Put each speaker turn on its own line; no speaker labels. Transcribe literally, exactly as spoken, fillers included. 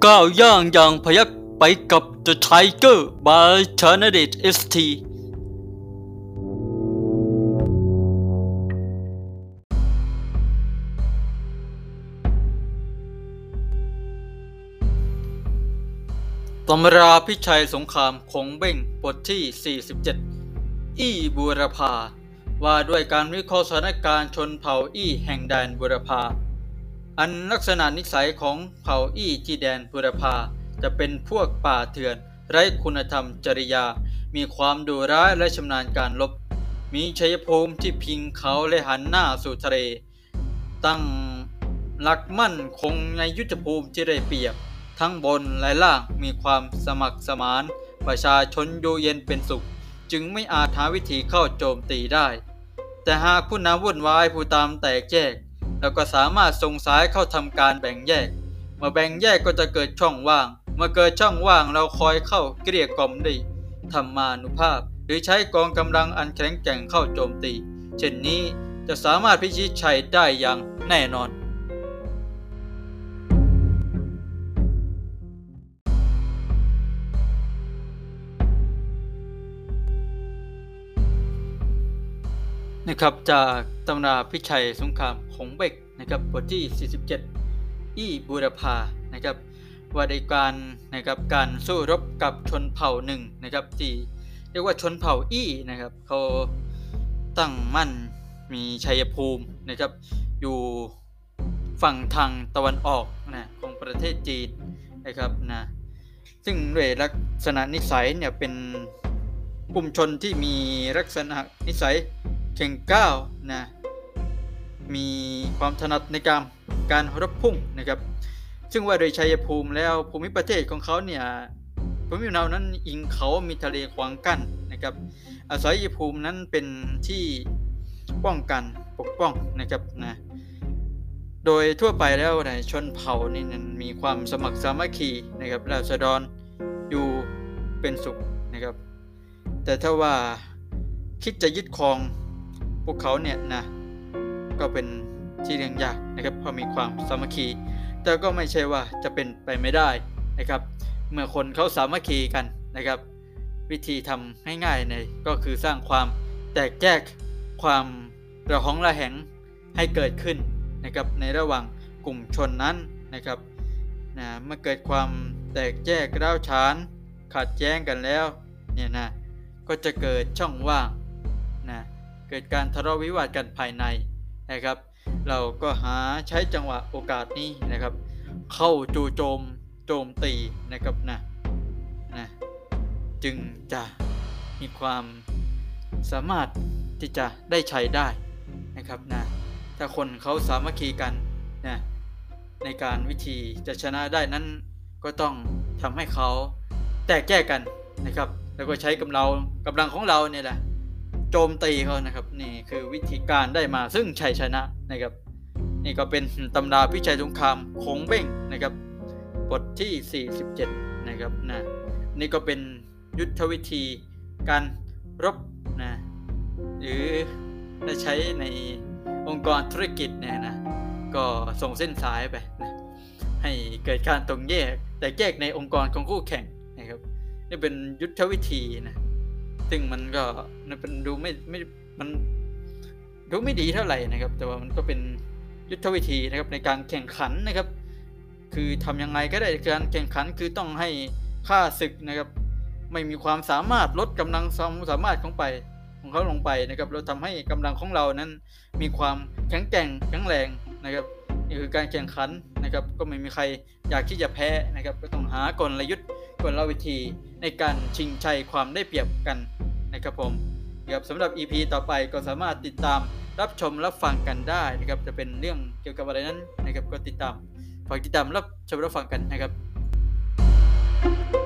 ก้าวย่างอย่างพยักไปกับ The Tiger by Chanadit เอส ที ตำราพิชัยสงครามคงเบ้งบทที่ สี่สิบเจ็ด อี้บูรพาว่าด้วยการวิเคราะห์สถานการณ์ชนเผ่าอี้แห่งแดนบูรพาอันลักษณะนิสัยของเผ่าอี้ที่แดนบูรพาจะเป็นพวกป่าเถื่อนไร้คุณธรรมจริยามีความดุร้ายและชำนาญการรบมีชัยภูมิที่พิงเขาและหันหน้าสู่ทะเลตั้งหลักมั่นคงในยุทธภูมิที่ได้เปรียบทั้งบนและล่างมีความสมัครสมานประชาชนอยู่เย็นเป็นสุขจึงไม่อาจหาวิธีเข้าโจมตีได้แต่หากผู้นำวุ่นวายผู้ตามแตกแยกแล้วก็สามารถส่งสายเข้าทำการแบ่งแยกเมื่อแบ่งแยกก็จะเกิดช่องว่างเมื่อเกิดช่องว่างเราคอยเข้าเกลี้ยกล่อมด้วยธรรมานุภาพหรือใช้กองกำลังอันแข็งแกร่งเข้าโจมตีเช่นนี้จะสามารถพิชิตชัยได้อย่างแน่นอนนะครับจากตำราพิชัยสงครามคงเบ้งนะครับบทที่ สี่สิบเจ็ด อี้บูรพานะครับว่าในการนะครับการสู้รบกับชนเผ่าหนึ่งนะครับที่เรียกว่าชนเผ่าอี้นะครับเขาตั้งมั่นมีชัยภูมินะครับอยู่ฝั่งทางตะวันออกนะของประเทศจีนนะครับนะซึ่งด้วยลักษณะนิสัยเนี่ยเป็นกลุ่มชนที่มีลักษณะนิสัยเข่งก้าวนะมีความถนัดในการการรบพุ่งนะครับซึ่งว่าโดยชัยภูมิแล้วภูมิประเทศของเขาเนี่ยภูมิลำเนานั้นอิงเขามีทะเลขวางกั้นนะครับอาศัยภูมินั้นเป็นที่ป้องกันปกป้องนะครับนะโดยทั่วไปแล้วในชนเผ่านี่นั้นมีความสมัครสามัคคีนะครับราษฎรอยู่เป็นสุขนะครับแต่ถ้าว่าคิดจะยึดครองพวกเขาเนี่ยนะก็เป็นที่เรื่องยากนะครับเพราะมีความสามัคคีแต่ก็ไม่ใช่ว่าจะเป็นไปไม่ได้นะครับเมื่อคนเขาสามัคคีกันนะครับวิธีทำง่ายๆเนี่ยก็คือสร้างความแตกแยกความระหองระแหงให้เกิดขึ้นนะครับในระหว่างกลุ่มชนนั้นนะครับนะเมื่อเกิดความแตกแยกร้าวฉานขัดแย้งกันแล้วเนี่ยนะก็จะเกิดช่องว่างนะเกิดการทะเลาะวิวาทกันภายในนะครับเราก็หาใช้จังหวะโอกาสนี้นะครับเข้าจู่โจมโจมตีนะครับนะนะจึงจะมีความสามารถที่จะได้ใช้ได้นะครับนะถ้าคนเขาสามัคคีกันนะในการวิธีจะชนะได้นั้นก็ต้องทำให้เขาแตกแยกกันนะครับแล้วก็ใช้กำลังกำลังของเราเนี่ยแหละโจมตีเขานะครับนี่คือวิธีการได้มาซึ่งชัยชนะนะครับนี่ก็เป็นตำราพิชัยสงครามคงเบ้งนะครับบทที่ สี่สิบเจ็ด นะครับนะนี่ก็เป็นยุทธวิธีการรบนะหรือได้ใช้ในองค์กรธุรกิจเนี่ยนะก็ส่งเส้นสายไปนะให้เกิดการตรงแยกแต่แยกในองค์กรของคู่แข่งนะครับนี่เป็นยุทธวิธีนะซึ่งมันก็มันดูไม่ไม่มันดูไม่ดีเท่าไหร่นะครับแต่ว่ามันก็เป็นยุทธวิธีนะครับในการแข่งขันนะครับคือทำยังไงก็ได้การแข่งขันคือต้องให้ข้าศึกนะครับไม่มีความสามารถลดกำลังสามารถของไปของเขาลงไปนะครับเราทำให้กำลังของเรานั้นมีความแข็งแกร่งแข็งแรงนะครับนี่คือการแข่งขันนะครับก็ไม่มีใครอยากที่จะแพ้นะครับก็ต้องหากลยุทธ์กลวิธีในการชิงชัยความได้เปรียบกันนะครับผมครับสำหรับ อี พี ต่อไปก็สามารถติดตามรับชมรับฟังกันได้นะครับจะเป็นเรื่องเกี่ยวกับอะไรนั้นนะครับก็ติดตามฝากติดตามรับชมรับฟังกันนะครับ